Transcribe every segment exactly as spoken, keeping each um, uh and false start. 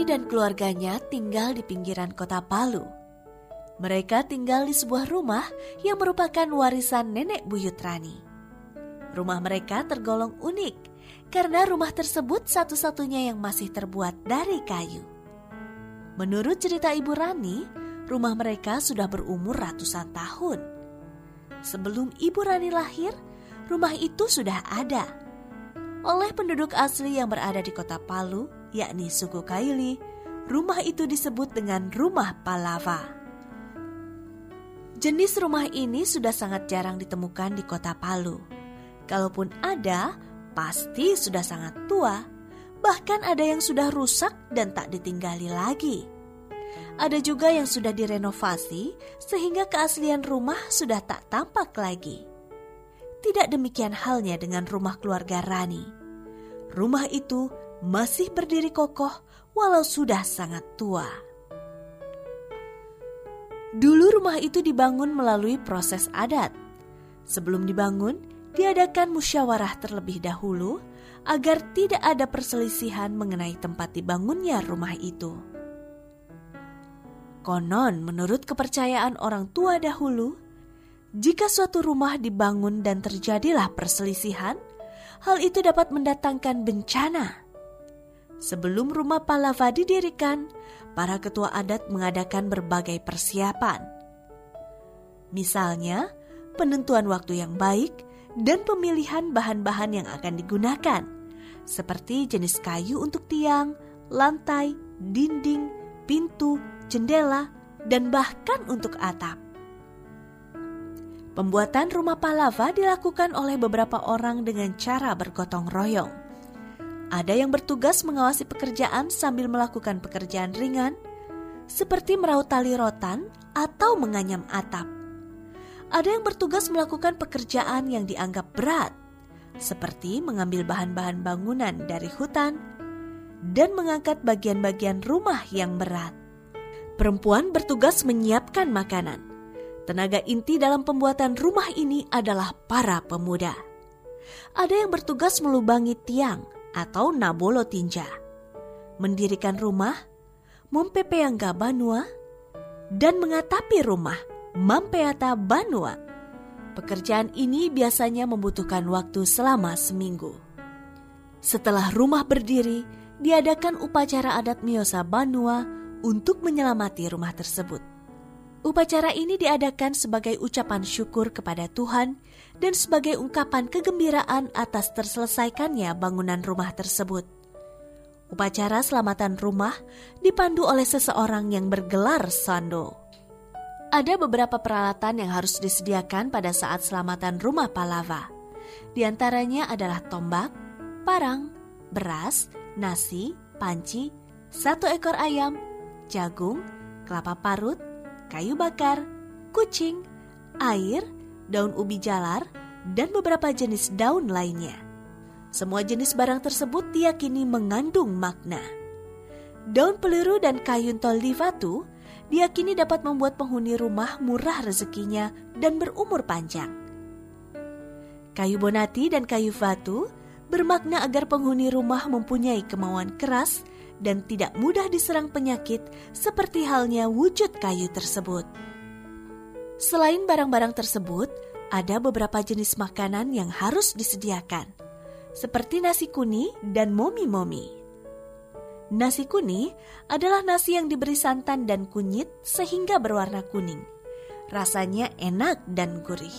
dan keluarganya tinggal di pinggiran kota Palu. Mereka tinggal di sebuah rumah yang merupakan warisan nenek buyut Rani. Rumah mereka tergolong unik karena rumah tersebut satu-satunya yang masih terbuat dari kayu. Menurut cerita Ibu Rani, rumah mereka sudah berumur ratusan tahun. Sebelum Ibu Rani lahir, rumah itu sudah ada. Oleh penduduk asli yang berada di kota Palu, yakni suku Kaili, rumah itu disebut dengan Rumah Palava. Jenis rumah ini sudah sangat jarang ditemukan di kota Palu. Kalaupun ada, pasti sudah sangat tua. Bahkan ada yang sudah rusak dan tak ditinggali lagi. Ada juga yang sudah direnovasi sehingga keaslian rumah sudah tak tampak lagi. Tidak demikian halnya dengan rumah keluarga Rani. Rumah itu masih berdiri kokoh walau sudah sangat tua. Dulu rumah itu dibangun melalui proses adat. Sebelum dibangun, diadakan musyawarah terlebih dahulu agar tidak ada perselisihan mengenai tempat dibangunnya rumah itu. Konon, menurut kepercayaan orang tua dahulu, jika suatu rumah dibangun dan terjadilah perselisihan, hal itu dapat mendatangkan bencana. Sebelum rumah Palava didirikan, para ketua adat mengadakan berbagai persiapan. Misalnya, penentuan waktu yang baik dan pemilihan bahan-bahan yang akan digunakan, seperti jenis kayu untuk tiang, lantai, dinding, pintu, jendela, dan bahkan untuk atap. Pembuatan rumah Palava dilakukan oleh beberapa orang dengan cara bergotong royong. Ada yang bertugas mengawasi pekerjaan sambil melakukan pekerjaan ringan, seperti meraut tali rotan atau menganyam atap. Ada yang bertugas melakukan pekerjaan yang dianggap berat, seperti mengambil bahan-bahan bangunan dari hutan dan mengangkat bagian-bagian rumah yang berat. Perempuan bertugas menyiapkan makanan. Tenaga inti dalam pembuatan rumah ini adalah para pemuda. Ada yang bertugas melubangi tiang atau nabolo tinja, mendirikan rumah, mempepeangga banua, dan mengatapi rumah, mampeata banua. Pekerjaan ini biasanya membutuhkan waktu selama seminggu. Setelah rumah berdiri, diadakan upacara adat Miosa Banua untuk menyelamati rumah tersebut. Upacara ini diadakan sebagai ucapan syukur kepada Tuhan dan sebagai ungkapan kegembiraan atas terselesaikannya bangunan rumah tersebut. Upacara selamatan rumah dipandu oleh seseorang yang bergelar sando. Ada beberapa peralatan yang harus disediakan pada saat selamatan rumah Palava. Di antaranya adalah tombak, parang, beras, nasi, panci, satu ekor ayam, jagung, kelapa parut, kayu bakar, kucing, air, daun ubi jalar, dan beberapa jenis daun lainnya. Semua jenis barang tersebut diyakini mengandung makna. Daun peluru dan kayu tolivatu diyakini dapat membuat penghuni rumah murah rezekinya dan berumur panjang. Kayu bonati dan kayu vatu bermakna agar penghuni rumah mempunyai kemauan keras dan tidak mudah diserang penyakit seperti halnya wujud kayu tersebut. Selain barang-barang tersebut, ada beberapa jenis makanan yang harus disediakan, seperti nasi kuni dan momi-momi. Nasi kuni adalah nasi yang diberi santan dan kunyit sehingga berwarna kuning. Rasanya enak dan gurih.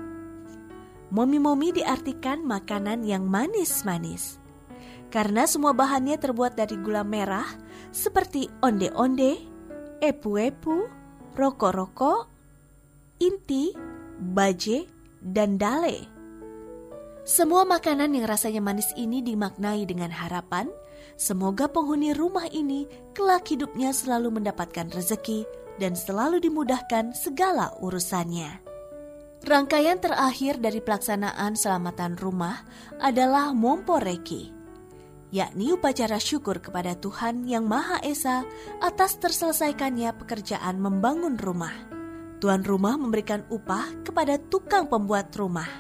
Momi-momi diartikan makanan yang manis-manis. Karena semua bahannya terbuat dari gula merah seperti onde-onde, epu-epu, roko-roko, inti, baje, dan dale. Semua makanan yang rasanya manis ini dimaknai dengan harapan semoga penghuni rumah ini kelak hidupnya selalu mendapatkan rezeki dan selalu dimudahkan segala urusannya. Rangkaian terakhir dari pelaksanaan selamatan rumah adalah Momporeki, yakni upacara syukur kepada Tuhan Yang Maha Esa atas terselesaikannya pekerjaan membangun rumah. Tuan rumah memberikan upah kepada tukang pembuat rumah.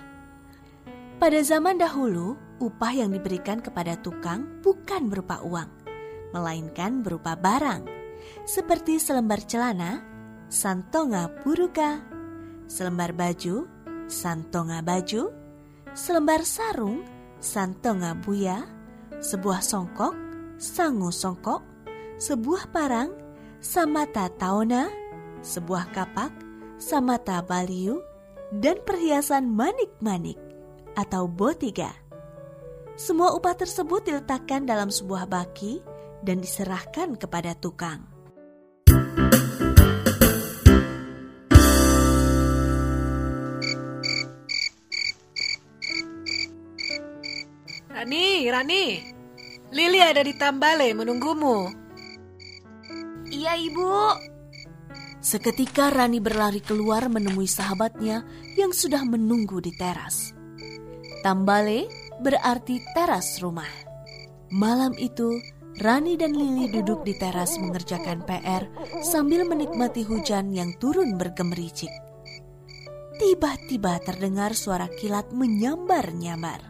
Pada zaman dahulu, upah yang diberikan kepada tukang bukan berupa uang, melainkan berupa barang, seperti selembar celana, santonga puruka, selembar baju, santonga baju, selembar sarung, santonga buya, sebuah songkok, sangu songkok, sebuah parang, samata taona, sebuah kapak, samata baliu, dan perhiasan manik-manik atau botiga. Semua upah tersebut diletakkan dalam sebuah baki dan diserahkan kepada tukang. Rani, Rani, Lili ada di Tambale menunggumu. Iya, Ibu. Seketika Rani berlari keluar menemui sahabatnya yang sudah menunggu di teras. Tambale berarti teras rumah. Malam itu, Rani dan Lili duduk di teras mengerjakan P R sambil menikmati hujan yang turun bergemericik. Tiba-tiba terdengar suara kilat menyambar-nyambar.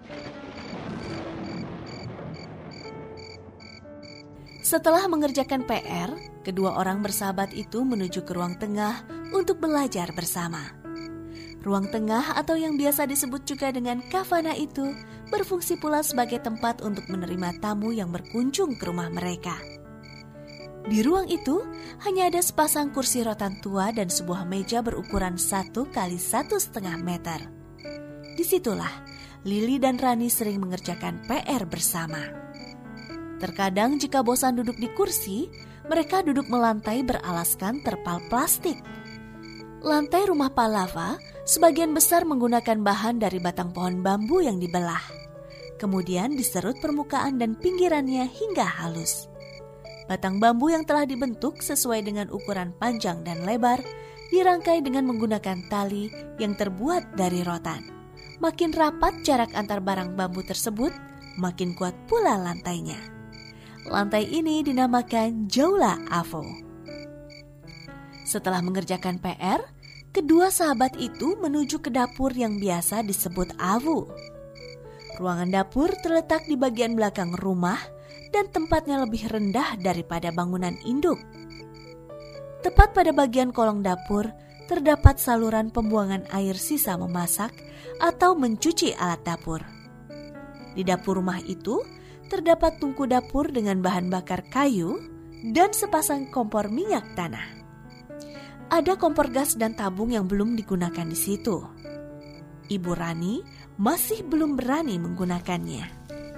Setelah mengerjakan P R, kedua orang bersahabat itu menuju ke ruang tengah untuk belajar bersama. Ruang tengah atau yang biasa disebut juga dengan kafana itu berfungsi pula sebagai tempat untuk menerima tamu yang berkunjung ke rumah mereka. Di ruang itu hanya ada sepasang kursi rotan tua dan sebuah meja berukuran satu kali satu setengah meter. Disitulah Lili dan Rani sering mengerjakan P R bersama. Terkadang jika bosan duduk di kursi, mereka duduk melantai beralaskan terpal plastik. Lantai rumah Palava sebagian besar menggunakan bahan dari batang pohon bambu yang dibelah. Kemudian diserut permukaan dan pinggirannya hingga halus. Batang bambu yang telah dibentuk sesuai dengan ukuran panjang dan lebar dirangkai dengan menggunakan tali yang terbuat dari rotan. Makin rapat jarak antar barang bambu tersebut, makin kuat pula lantainya. Lantai ini dinamakan Jaula Avo. Setelah mengerjakan P R, kedua sahabat itu menuju ke dapur yang biasa disebut Avu. Ruangan dapur terletak di bagian belakang rumah dan tempatnya lebih rendah daripada bangunan induk. Tepat pada bagian kolong dapur terdapat saluran pembuangan air sisa memasak atau mencuci alat dapur. Di dapur rumah itu terdapat tungku dapur dengan bahan bakar kayu dan sepasang kompor minyak tanah. Ada kompor gas dan tabung yang belum digunakan di situ. Ibu Rani masih belum berani menggunakannya.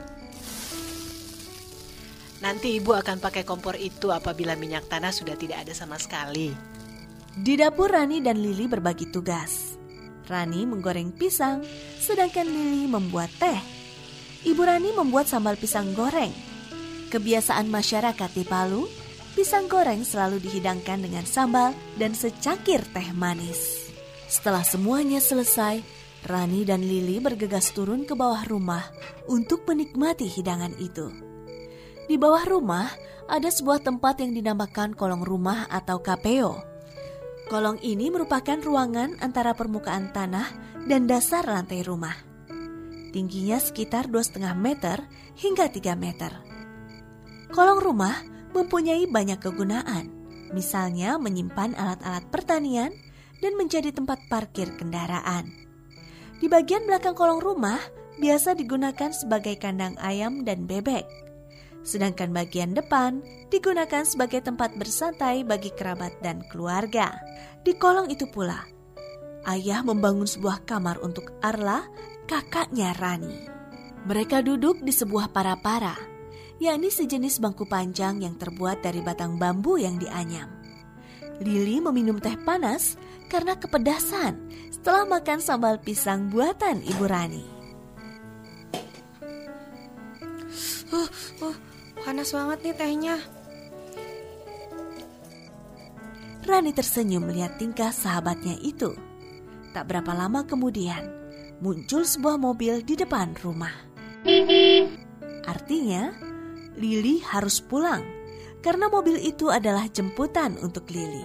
Nanti ibu akan pakai kompor itu apabila minyak tanah sudah tidak ada sama sekali. Di dapur Rani dan Lili berbagi tugas. Rani menggoreng pisang, sedangkan Lili membuat teh. Ibu Rani membuat sambal pisang goreng. Kebiasaan masyarakat di Palu, pisang goreng selalu dihidangkan dengan sambal dan secangkir teh manis. Setelah semuanya selesai, Rani dan Lili bergegas turun ke bawah rumah untuk menikmati hidangan itu. Di bawah rumah ada sebuah tempat yang dinamakan kolong rumah atau kapeo. Kolong ini merupakan ruangan antara permukaan tanah dan dasar lantai rumah. Tingginya sekitar dua koma lima meter hingga tiga meter. Kolong rumah mempunyai banyak kegunaan, misalnya menyimpan alat-alat pertanian dan menjadi tempat parkir kendaraan. Di bagian belakang kolong rumah biasa digunakan sebagai kandang ayam dan bebek. Sedangkan bagian depan digunakan sebagai tempat bersantai bagi kerabat dan keluarga. Di kolong itu pula, ayah membangun sebuah kamar untuk Arla, kakaknya Rani. Mereka duduk di sebuah para-para, yakni sejenis bangku panjang yang terbuat dari batang bambu yang dianyam. Lili meminum teh panas karena kepedasan setelah makan sambal pisang buatan Ibu Rani. Uh, uh, panas banget nih tehnya. Rani tersenyum melihat tingkah sahabatnya itu. Tak berapa lama kemudian, muncul sebuah mobil di depan rumah. Artinya, Lili harus pulang karena mobil itu adalah jemputan untuk Lili.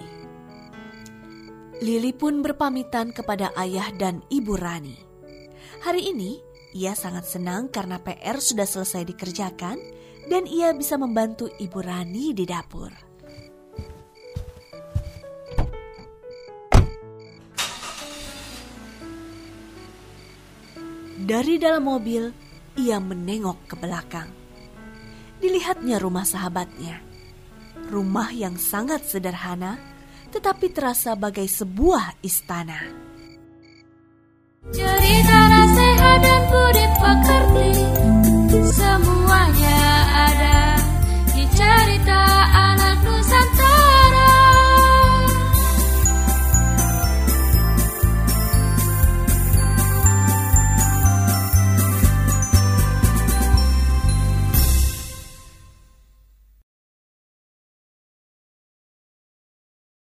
Lili pun berpamitan kepada ayah dan Ibu Rani. Hari ini, ia sangat senang karena P R sudah selesai dikerjakan dan ia bisa membantu Ibu Rani di dapur. Dari dalam mobil, ia menengok ke belakang. Dilihatnya rumah sahabatnya. Rumah yang sangat sederhana, tetapi terasa bagai sebuah istana. Jadi